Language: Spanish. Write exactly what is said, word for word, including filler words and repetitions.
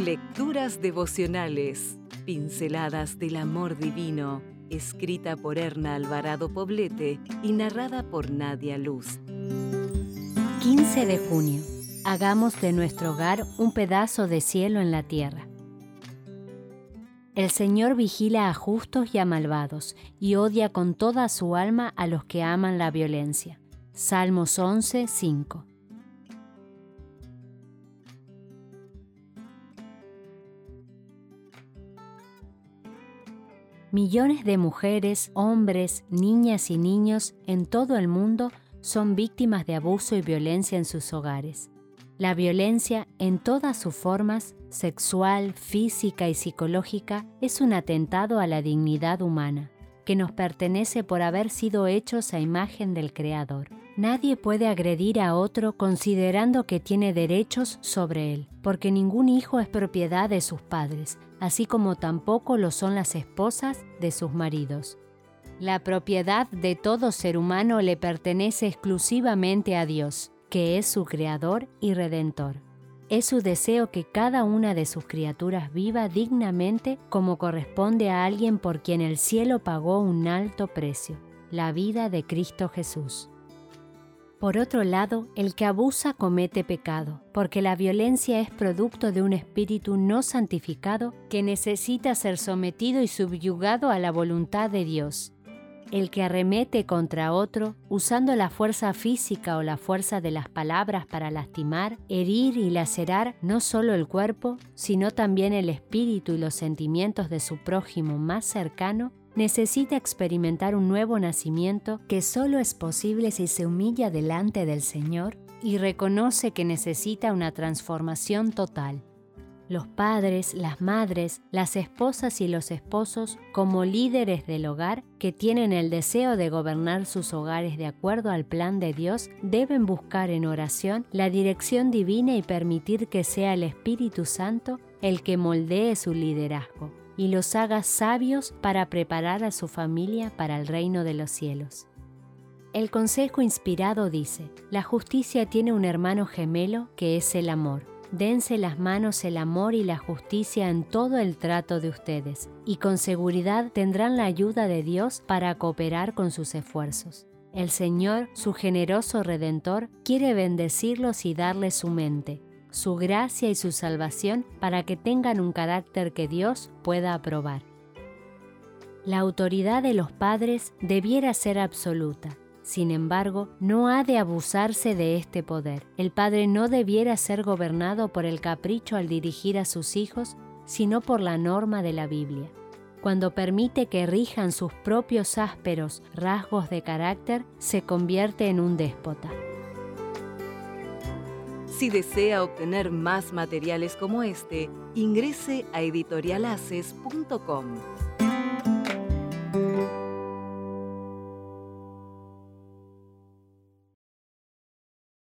Lecturas devocionales, pinceladas del amor divino, escrita por Erna Alvarado Poblete y narrada por Nadia Luz. quince de junio. Hagamos de nuestro hogar un pedazo de cielo en la tierra. El Señor vigila a justos y a malvados, y odia con toda su alma a los que aman la violencia. Salmos once, cinco. Millones de mujeres, hombres, niñas y niños en todo el mundo son víctimas de abuso y violencia en sus hogares. La violencia, en todas sus formas, sexual, física y psicológica, es un atentado a la dignidad humana, que nos pertenece por haber sido hechos a imagen del Creador. Nadie puede agredir a otro considerando que tiene derechos sobre él, porque ningún hijo es propiedad de sus padres, así como tampoco lo son las esposas de sus maridos. La propiedad de todo ser humano le pertenece exclusivamente a Dios, que es su Creador y Redentor. Es su deseo que cada una de sus criaturas viva dignamente como corresponde a alguien por quien el cielo pagó un alto precio, la vida de Cristo Jesús. Por otro lado, el que abusa comete pecado, porque la violencia es producto de un espíritu no santificado que necesita ser sometido y subyugado a la voluntad de Dios. El que arremete contra otro, usando la fuerza física o la fuerza de las palabras para lastimar, herir y lacerar no solo el cuerpo, sino también el espíritu y los sentimientos de su prójimo más cercano, necesita experimentar un nuevo nacimiento que solo es posible si se humilla delante del Señor y reconoce que necesita una transformación total. Los padres, las madres, las esposas y los esposos, como líderes del hogar que tienen el deseo de gobernar sus hogares de acuerdo al plan de Dios, deben buscar en oración la dirección divina y permitir que sea el Espíritu Santo el que moldee su liderazgo y los haga sabios para preparar a su familia para el reino de los cielos. El consejo inspirado dice: la justicia tiene un hermano gemelo que es el amor. Dense las manos el amor y la justicia en todo el trato de ustedes, y con seguridad tendrán la ayuda de Dios para cooperar con sus esfuerzos. El Señor, su generoso Redentor, quiere bendecirlos y darles su mente, su gracia y su salvación para que tengan un carácter que Dios pueda aprobar. La autoridad de los padres debiera ser absoluta. Sin embargo, no ha de abusarse de este poder. El padre no debiera ser gobernado por el capricho al dirigir a sus hijos, sino por la norma de la Biblia. Cuando permite que rijan sus propios ásperos rasgos de carácter, se convierte en un déspota. Si desea obtener más materiales como este, ingrese a editorialaces punto com.